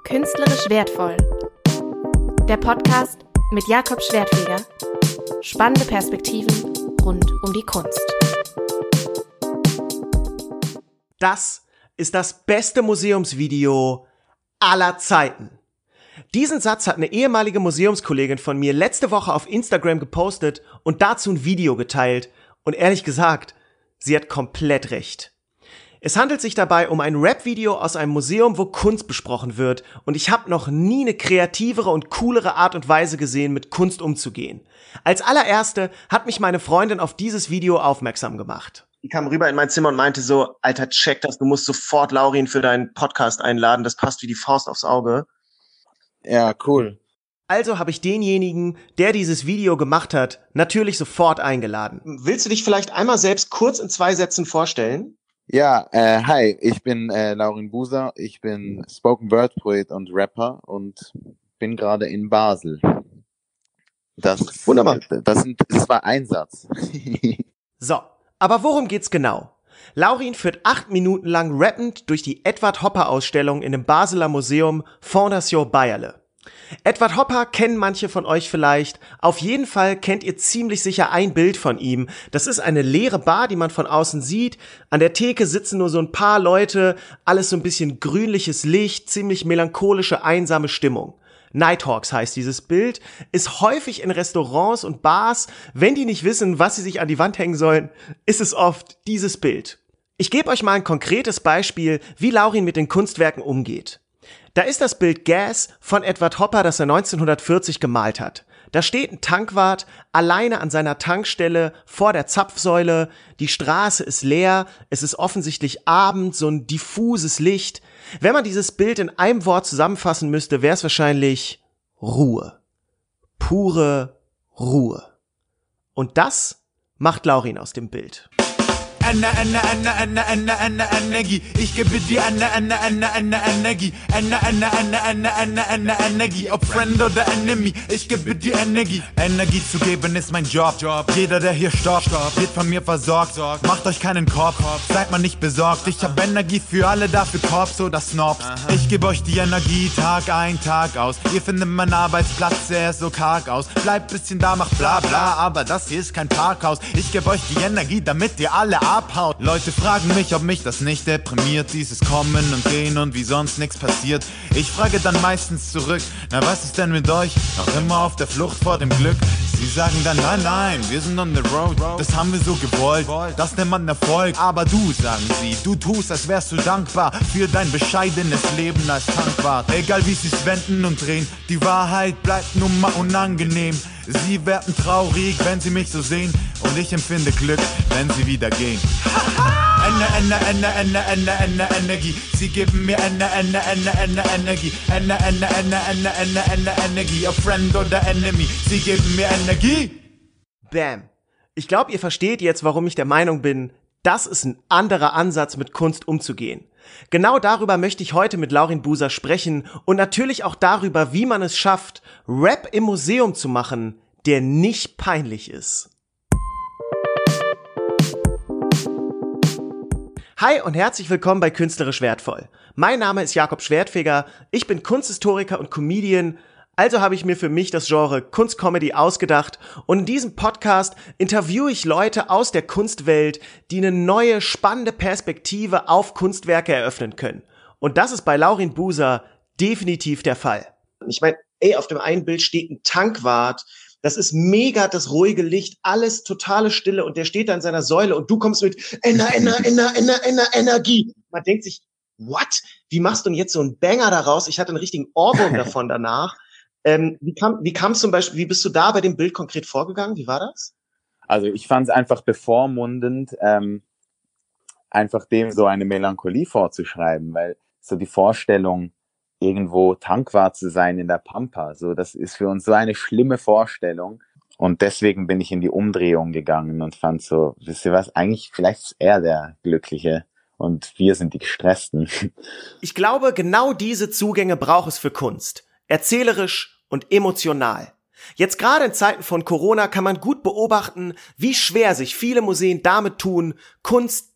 Künstlerisch wertvoll. Der Podcast mit Jakob Schwertfeger. Spannende Perspektiven rund um die Kunst. Das ist das beste Museumsvideo aller Zeiten. Diesen Satz hat eine ehemalige Museumskollegin von mir letzte Woche auf Instagram gepostet und dazu ein Video geteilt. Und ehrlich gesagt, sie hat komplett recht. Es handelt sich dabei um ein Rap-Video aus einem Museum, wo Kunst besprochen wird, und ich habe noch nie eine kreativere und coolere Art und Weise gesehen, mit Kunst umzugehen. Als allererste hat mich meine Freundin auf dieses Video aufmerksam gemacht. Die kam rüber in mein Zimmer und meinte so: Alter, check das, du musst sofort Laurin für deinen Podcast einladen, das passt wie die Faust aufs Auge. Ja, cool. Also habe ich denjenigen, der dieses Video gemacht hat, natürlich sofort eingeladen. Willst du dich vielleicht einmal selbst kurz in 2 Sätzen vorstellen? Ja, hi, ich bin Laurin Buser, ich bin Spoken Word Poet und Rapper und bin gerade in Basel. Wunderbar. Das war ein Satz. So, aber worum geht's genau? Laurin führt 8 Minuten lang rappend durch die Edward Hopper Ausstellung in dem Basler Museum Fondation Bayerle. Edward Hopper kennen manche von euch vielleicht. Auf jeden Fall kennt ihr ziemlich sicher ein Bild von ihm. Das ist eine leere Bar, die man von außen sieht. An der Theke sitzen nur so ein paar Leute, alles so ein bisschen grünliches Licht, ziemlich melancholische, einsame Stimmung. Nighthawks heißt dieses Bild, ist häufig in Restaurants und Bars. Wenn die nicht wissen, was sie sich an die Wand hängen sollen, ist es oft dieses Bild. Ich gebe euch mal ein konkretes Beispiel, wie Laurin mit den Kunstwerken umgeht. Da ist das Bild Gas von Edward Hopper, das er 1940 gemalt hat. Da steht ein Tankwart alleine an seiner Tankstelle vor der Zapfsäule. Die Straße ist leer, es ist offensichtlich Abend, so ein diffuses Licht. Wenn man dieses Bild in einem Wort zusammenfassen müsste, wäre es wahrscheinlich Ruhe. Pure Ruhe. Und das macht Laurin aus dem Bild. Energie. Ich gebe dir Energie. Energie. Ob Friend oder Enemy, ich gebe dir Energie. Energie zu geben ist mein Job. Jeder, der hier stoppt, wird von mir versorgt. Macht euch keinen Kopf, seid mal nicht besorgt. Ich hab Energie für alle, dafür Korps oder Snobs. Ich gebe euch die Energie Tag ein, Tag aus. Ihr findet meinen Arbeitsplatz, der ist so karg aus. Bleibt bisschen da, macht bla bla, aber das hier ist kein Parkhaus. Ich gebe euch die Energie, damit ihr alle abhaut. Leute fragen mich, ob mich das nicht deprimiert, dieses Kommen und Gehen und wie sonst nichts passiert. Ich frage dann meistens zurück, na was ist denn mit euch? Noch immer auf der Flucht vor dem Glück? Sie sagen dann, nein, wir sind on the road, das haben wir so gewollt, das nennt man Erfolg. Aber du, sagen sie, du tust, als wärst du dankbar für dein bescheidenes Leben als Tankwart. Egal wie sie's wenden und drehen, die Wahrheit bleibt nun mal unangenehm. Sie werden traurig, wenn sie mich so sehen, und ich empfinde Glück, wenn sie wieder gehen. Energie. Sie geben mir Energie. Energie. Ob Friend oder Enemy, sie geben mir Energie. Bam. Ich glaube, ihr versteht jetzt, warum ich der Meinung bin, das ist ein anderer Ansatz, mit Kunst umzugehen. Genau darüber möchte ich heute mit Laurin Buser sprechen und natürlich auch darüber, wie man es schafft, Rap im Museum zu machen, der nicht peinlich ist. Hi und herzlich willkommen bei Künstlerisch wertvoll. Mein Name ist Jakob Schwertfeger, ich bin Kunsthistoriker und Comedian, also habe ich mir für mich das Genre Kunstcomedy ausgedacht und in diesem Podcast interviewe ich Leute aus der Kunstwelt, die eine neue, spannende Perspektive auf Kunstwerke eröffnen können. Und das ist bei Laurin Buser definitiv der Fall. Ich meine, auf dem einen Bild steht ein Tankwart, das ist mega das ruhige Licht, alles totale Stille und der steht da in seiner Säule und du kommst mit Energie. Man denkt sich, what? Wie machst du denn jetzt so einen Banger daraus? Ich hatte einen richtigen Ohrwurm davon danach. Wie kam zum Beispiel, wie bist du da bei dem Bild konkret vorgegangen? Wie war das? Also ich fand es einfach bevormundend, einfach dem so eine Melancholie vorzuschreiben, weil so die Vorstellung, irgendwo Tankwart zu sein in der Pampa, so das ist für uns so eine schlimme Vorstellung. Und deswegen bin ich in die Umdrehung gegangen und fand so, wisst ihr was, eigentlich vielleicht ist er der Glückliche und wir sind die Gestressten. Ich glaube, genau diese Zugänge braucht es für Kunst. Erzählerisch und emotional. Jetzt gerade in Zeiten von Corona kann man gut beobachten, wie schwer sich viele Museen damit tun, Kunst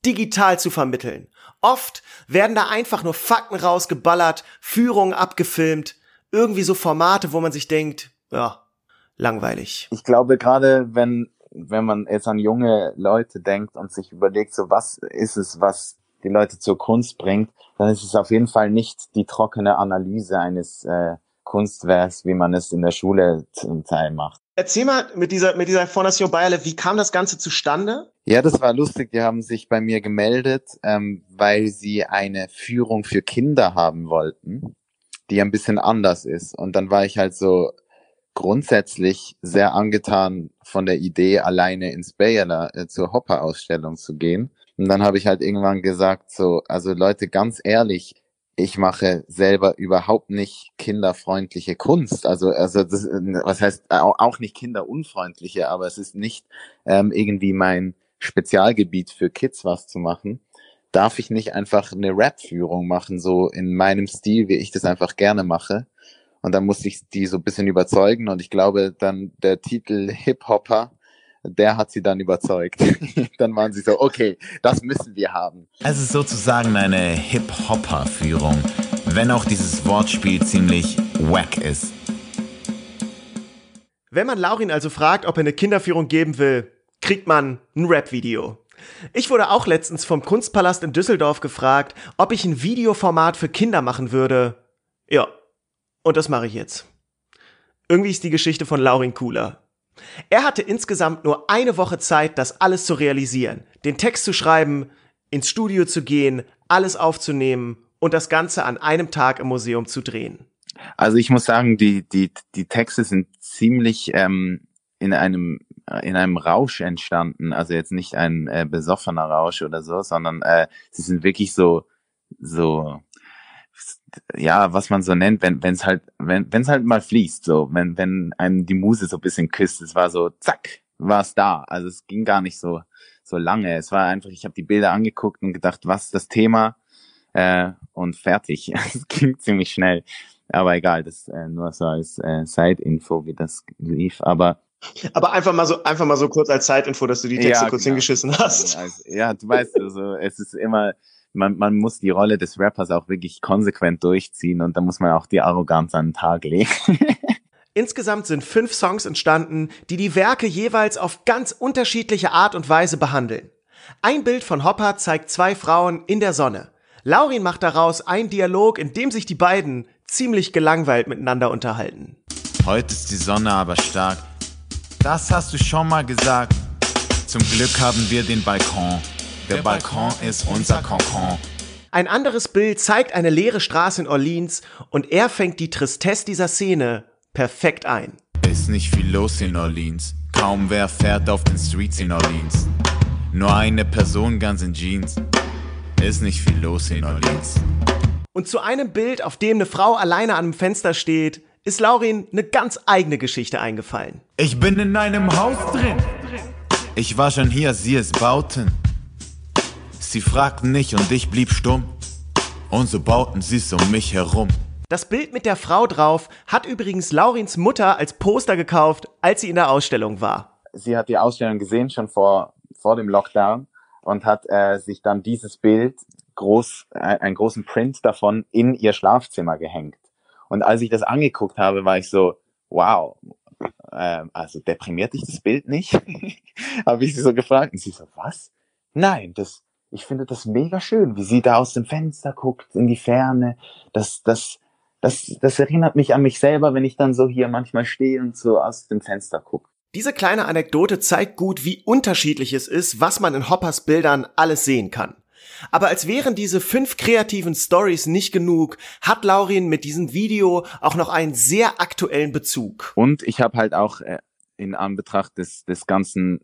digital zu vermitteln. Oft werden da einfach nur Fakten rausgeballert, Führungen abgefilmt, irgendwie so Formate, wo man sich denkt, ja, langweilig. Ich glaube, gerade wenn man jetzt an junge Leute denkt und sich überlegt, so was ist es, was die Leute zur Kunst bringt, dann ist es auf jeden Fall nicht die trockene Analyse eines Kunstwerks, wie man es in der Schule zum Teil macht. Erzähl mal mit dieser Fondation Bayerle, wie kam das Ganze zustande? Ja, das war lustig. Die haben sich bei mir gemeldet, weil sie eine Führung für Kinder haben wollten, die ein bisschen anders ist. Und dann war ich halt so grundsätzlich sehr angetan von der Idee, alleine ins Bayerle zur Hopper-Ausstellung zu gehen. Und dann habe ich halt irgendwann gesagt, so, also Leute, ganz ehrlich, ich mache selber überhaupt nicht kinderfreundliche Kunst. Also das, was heißt auch nicht kinderunfreundliche, aber es ist nicht irgendwie mein Spezialgebiet für Kids was zu machen. Darf ich nicht einfach eine Rap-Führung machen, so in meinem Stil, wie ich das einfach gerne mache? Und dann musste ich die so ein bisschen überzeugen und ich glaube dann der Titel Hip-Hopper, der hat sie dann überzeugt. Dann waren sie so, okay, das müssen wir haben. Es ist sozusagen eine Hip-Hopper-Führung, wenn auch dieses Wortspiel ziemlich wack ist. Wenn man Laurin also fragt, ob er eine Kinderführung geben will, kriegt man ein Rap-Video. Ich wurde auch letztens vom Kunstpalast in Düsseldorf gefragt, ob ich ein Videoformat für Kinder machen würde. Ja, und das mache ich jetzt. Irgendwie ist die Geschichte von Laurin cooler. Er hatte insgesamt nur eine Woche Zeit, das alles zu realisieren, den Text zu schreiben, ins Studio zu gehen, alles aufzunehmen und das Ganze an einem Tag im Museum zu drehen. Also ich muss sagen, die Texte sind ziemlich in einem Rausch entstanden, also jetzt nicht ein besoffener Rausch oder so, sondern sie sind wirklich so ja, was man so nennt, wenn es halt mal fließt, so, wenn einem die Muse so ein bisschen küsst, es war so, zack, war es da. Also es ging gar nicht so lange. Es war einfach, ich habe die Bilder angeguckt und gedacht, was ist das Thema? Und fertig. Es ging ziemlich schnell. Aber egal, das nur so als Side-Info, wie das lief. Aber einfach mal so kurz als Side-Info, dass du die Texte kurz hingeschissen hast. Also, ja, du weißt, also es ist immer, man muss die Rolle des Rappers auch wirklich konsequent durchziehen und da muss man auch die Arroganz an den Tag legen. Insgesamt sind 5 Songs entstanden, die Werke jeweils auf ganz unterschiedliche Art und Weise behandeln. Ein Bild von Hopper zeigt 2 Frauen in der Sonne. Laurin macht daraus einen Dialog, in dem sich die beiden ziemlich gelangweilt miteinander unterhalten. Heute ist die Sonne aber stark. Das hast du schon mal gesagt. Zum Glück haben wir den Balkon. Der Balkon ist unser Kokon. Ein anderes Bild zeigt eine leere Straße in Orleans und er fängt die Tristesse dieser Szene perfekt ein. Ist nicht viel los in Orleans. Kaum wer fährt auf den Streets in Orleans. Nur eine Person ganz in Jeans. Ist nicht viel los in Orleans. Und zu einem Bild, auf dem eine Frau alleine an einem Fenster steht, ist Laurin eine ganz eigene Geschichte eingefallen. Ich bin in einem Haus drin. Ich war schon hier, sie es bauten. Sie fragten nicht und ich blieb stumm. Und so bauten sie's um mich herum. Das Bild mit der Frau drauf hat übrigens Laurins Mutter als Poster gekauft, als sie in der Ausstellung war. Sie hat die Ausstellung gesehen, schon vor dem Lockdown, und hat sich dann dieses Bild, einen großen Print davon, in ihr Schlafzimmer gehängt. Und als ich das angeguckt habe, war ich so, wow, also deprimiert dich das Bild nicht? Habe ich sie so gefragt. Und sie so, was? Nein, ich finde das mega schön, wie sie da aus dem Fenster guckt, in die Ferne. Das erinnert mich an mich selber, wenn ich dann so hier manchmal stehe und so aus dem Fenster gucke. Diese kleine Anekdote zeigt gut, wie unterschiedlich es ist, was man in Hoppers Bildern alles sehen kann. Aber als wären diese 5 kreativen Stories nicht genug, hat Laurin mit diesem Video auch noch einen sehr aktuellen Bezug. Und ich habe halt auch in Anbetracht des ganzen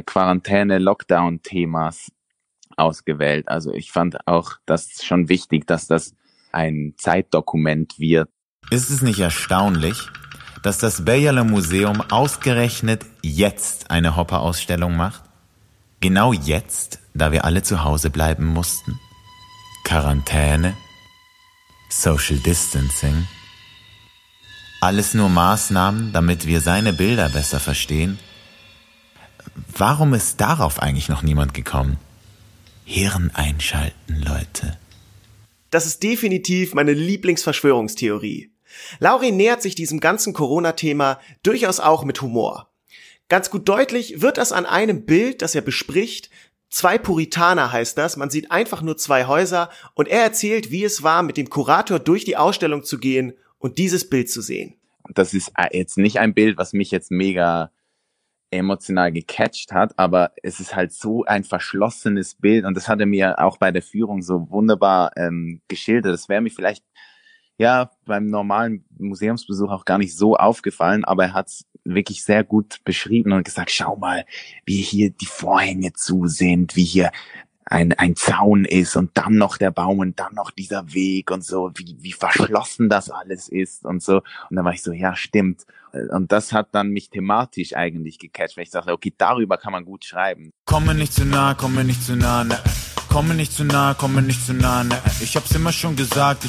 Quarantäne-Lockdown-Themas ausgewählt. Also ich fand auch das schon wichtig, dass das ein Zeitdokument wird. Ist es nicht erstaunlich, dass das Bayerle Museum ausgerechnet jetzt eine Hopper-Ausstellung macht? Genau jetzt, da wir alle zu Hause bleiben mussten? Quarantäne, Social Distancing, alles nur Maßnahmen, damit wir seine Bilder besser verstehen? Warum ist darauf eigentlich noch niemand gekommen? Hirn einschalten, Leute. Das ist definitiv meine Lieblingsverschwörungstheorie. Laurin nähert sich diesem ganzen Corona-Thema durchaus auch mit Humor. Ganz gut deutlich wird das an einem Bild, das er bespricht. 2 Puritaner heißt das, man sieht einfach nur 2 Häuser und er erzählt, wie es war, mit dem Kurator durch die Ausstellung zu gehen und dieses Bild zu sehen. Das ist jetzt nicht ein Bild, was mich jetzt mega emotional gecatcht hat, aber es ist halt so ein verschlossenes Bild und das hat er mir auch bei der Führung so wunderbar geschildert. Das wäre mir vielleicht beim normalen Museumsbesuch auch gar nicht so aufgefallen, aber er hat es wirklich sehr gut beschrieben und gesagt, schau mal, wie hier die Vorhänge zu sind, wie hier ein Zaun ist und dann noch der Baum und dann noch dieser Weg und so, wie verschlossen das alles ist und so. Und dann war ich so, ja, stimmt. Und das hat dann mich thematisch eigentlich gecatcht, weil ich dachte, okay, darüber kann man gut schreiben. Komm mir nicht zu nah, komm mir nicht zu nah, ne. Komm mir nicht zu nah, komm mir nicht zu nah, ne. Ich hab's immer schon gesagt,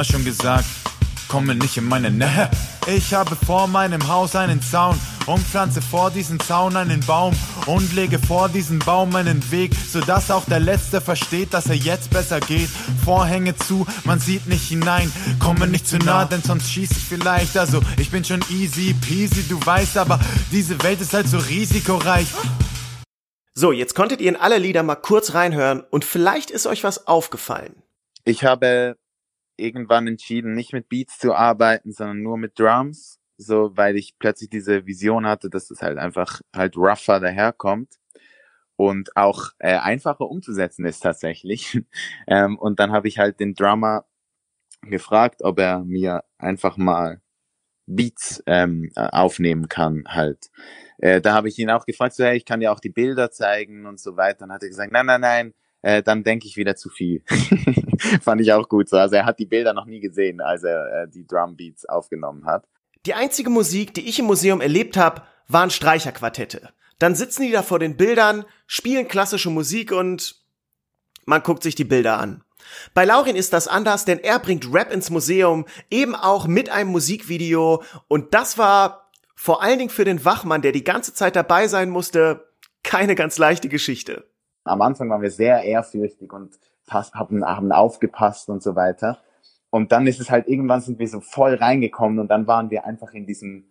komm mir nicht in meine Nähe. Ich habe vor meinem Haus einen Zaun und pflanze vor diesen Zaun einen Baum und lege vor diesen Baum einen Weg, sodass auch der Letzte versteht, dass er jetzt besser geht. Vorhänge zu, man sieht nicht hinein. Komm mir nicht zu nah, denn sonst schieß ich vielleicht. Also, ich bin schon easy peasy, du weißt, aber diese Welt ist halt so risikoreich. So, jetzt konntet ihr in alle Lieder mal kurz reinhören und vielleicht ist euch was aufgefallen. Ich habe irgendwann entschieden, nicht mit Beats zu arbeiten, sondern nur mit Drums, so, weil ich plötzlich diese Vision hatte, dass es halt einfach halt rougher daherkommt und auch einfacher umzusetzen ist tatsächlich. Und dann habe ich halt den Drummer gefragt, ob er mir einfach mal Beats aufnehmen kann halt. Da habe ich ihn auch gefragt, so, hey, ich kann dir auch die Bilder zeigen und so weiter. Dann hat er gesagt, nein, dann denke ich wieder zu viel. Fand ich auch gut so. Also er hat die Bilder noch nie gesehen, als er die Drumbeats aufgenommen hat. Die einzige Musik, die ich im Museum erlebt habe, waren Streicherquartette. Dann sitzen die da vor den Bildern, spielen klassische Musik und man guckt sich die Bilder an. Bei Laurin ist das anders, denn er bringt Rap ins Museum, eben auch mit einem Musikvideo und das war vor allen Dingen für den Wachmann, der die ganze Zeit dabei sein musste, keine ganz leichte Geschichte. Am Anfang waren wir sehr ehrfürchtig und haben aufgepasst und so weiter. Und dann ist es halt, irgendwann sind wir so voll reingekommen und dann waren wir einfach in diesem,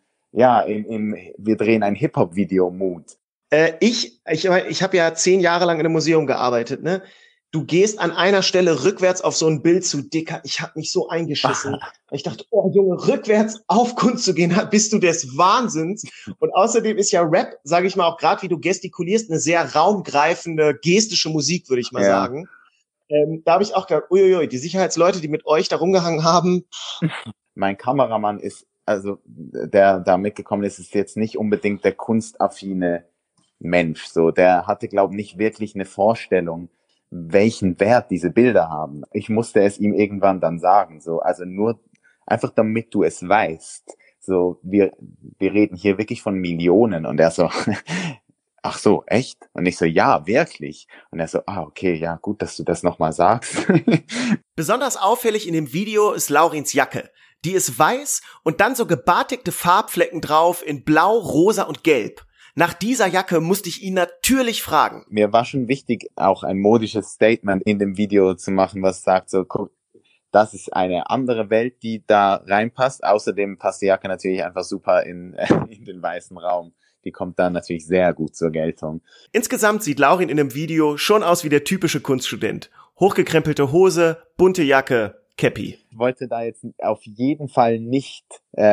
wir drehen ein Hip-Hop-Video-Mood. Ich habe ja 10 Jahre lang in einem Museum gearbeitet, ne? Du gehst an einer Stelle rückwärts auf so ein Bild zu, Dicker, ich hab mich so eingeschissen. Ich dachte, oh Junge, rückwärts auf Kunst zu gehen, bist du des Wahnsinns. Und außerdem ist ja Rap, sage ich mal auch gerade, wie du gestikulierst, eine sehr raumgreifende, gestische Musik, würde ich mal sagen. Da habe ich auch gedacht, uiuiui, die Sicherheitsleute, die mit euch da rumgehangen haben. Mein Kameramann ist, also der da mitgekommen ist jetzt nicht unbedingt der kunstaffine Mensch. So, der hatte, glaube ich, nicht wirklich eine Vorstellung, welchen Wert diese Bilder haben. Ich musste es ihm irgendwann dann sagen, so, also nur einfach damit du es weißt. So, wir reden hier wirklich von Millionen und er so, ach so, echt? Und ich so, ja, wirklich. Und er so, okay, ja, gut, dass du das nochmal sagst. Besonders auffällig in dem Video ist Laurins Jacke. Die ist weiß und dann so gebartigte Farbflecken drauf in Blau, Rosa und Gelb. Nach dieser Jacke musste ich ihn natürlich fragen. Mir war schon wichtig, auch ein modisches Statement in dem Video zu machen, was sagt so, guck, das ist eine andere Welt, die da reinpasst. Außerdem passt die Jacke natürlich einfach super in den weißen Raum. Die kommt dann natürlich sehr gut zur Geltung. Insgesamt sieht Laurin in dem Video schon aus wie der typische Kunststudent. Hochgekrempelte Hose, bunte Jacke, Käppi. Ich wollte da jetzt auf jeden Fall nicht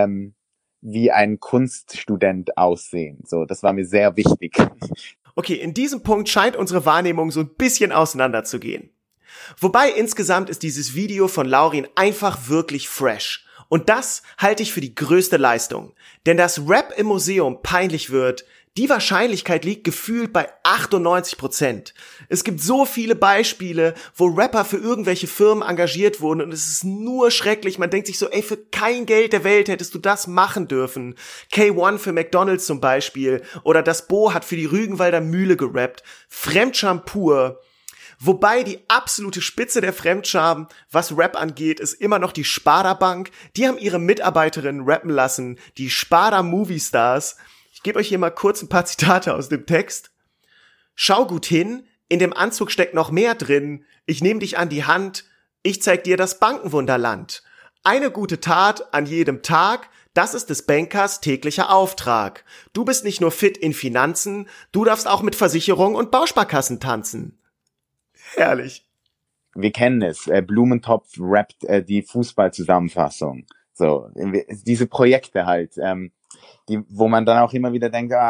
wie ein Kunststudent aussehen. So, das war mir sehr wichtig. Okay, in diesem Punkt scheint unsere Wahrnehmung so ein bisschen auseinanderzugehen. Wobei insgesamt ist dieses Video von Laurin einfach wirklich fresh. Und das halte ich für die größte Leistung. Denn dass Rap im Museum peinlich wird, die Wahrscheinlichkeit liegt gefühlt bei 98%. Es gibt so viele Beispiele, wo Rapper für irgendwelche Firmen engagiert wurden und es ist nur schrecklich. Man denkt sich so, ey, für kein Geld der Welt hättest du das machen dürfen. K1 für McDonald's zum Beispiel oder das Bo hat für die Rügenwalder Mühle gerappt. Fremdscham pur. Wobei die absolute Spitze der Fremdscham, was Rap angeht, ist immer noch die Sparda Bank. Die haben ihre Mitarbeiterinnen rappen lassen, die Sparda Movie Stars. Ich gebe euch hier mal kurz ein paar Zitate aus dem Text. Schau gut hin, in dem Anzug steckt noch mehr drin, ich nehm dich an die Hand, ich zeig dir das Bankenwunderland. Eine gute Tat an jedem Tag, das ist des Bankers täglicher Auftrag. Du bist nicht nur fit in Finanzen, du darfst auch mit Versicherung und Bausparkassen tanzen. Herrlich. Wir kennen es, Blumentopf rappt die Fußballzusammenfassung. So, diese Projekte halt, wo man dann auch immer wieder denkt,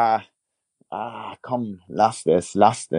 komm, lasst es.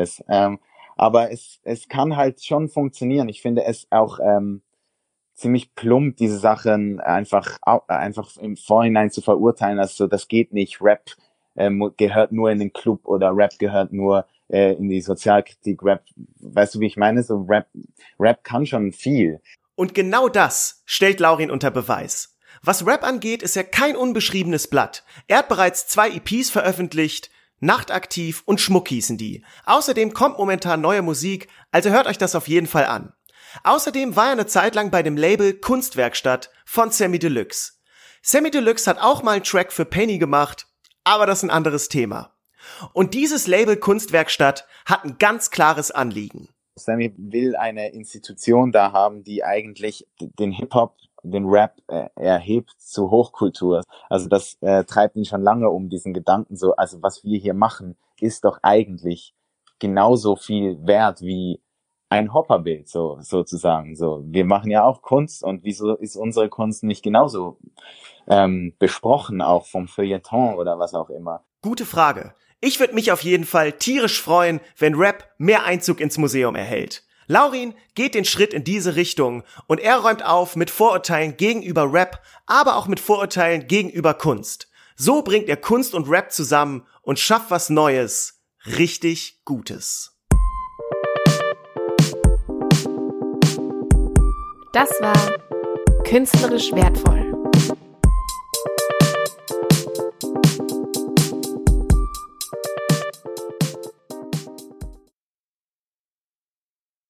Aber es kann halt schon funktionieren. Ich finde es auch ziemlich plump, diese Sachen einfach im Vorhinein zu verurteilen, also das geht nicht, Rap gehört nur in den Club oder Rap gehört nur in die Sozialkritik, Rap, weißt du, wie ich meine? So Rap kann schon viel. Und genau das stellt Laurin unter Beweis. Was Rap angeht, ist er kein unbeschriebenes Blatt. Er hat bereits 2 EPs veröffentlicht, Nachtaktiv und Schmuck hießen die. Außerdem kommt momentan neue Musik, also hört euch das auf jeden Fall an. Außerdem war er eine Zeit lang bei dem Label Kunstwerkstatt von Samy Deluxe. Samy Deluxe hat auch mal einen Track für Penny gemacht, aber das ist ein anderes Thema. Und dieses Label Kunstwerkstatt hat ein ganz klares Anliegen. Samy will eine Institution da haben, die eigentlich den Hip-Hop, den Rap erhebt zu Hochkultur. Also das treibt ihn schon lange um, diesen Gedanken so, also was wir hier machen, ist doch eigentlich genauso viel wert wie ein Hopperbild, sozusagen. So, wir machen ja auch Kunst und wieso ist unsere Kunst nicht genauso besprochen, auch vom Feuilleton oder was auch immer? Gute Frage. Ich würde mich auf jeden Fall tierisch freuen, wenn Rap mehr Einzug ins Museum erhält. Laurin geht den Schritt in diese Richtung und er räumt auf mit Vorurteilen gegenüber Rap, aber auch mit Vorurteilen gegenüber Kunst. So bringt er Kunst und Rap zusammen und schafft was Neues, richtig Gutes. Das war Künstlerisch wertvoll.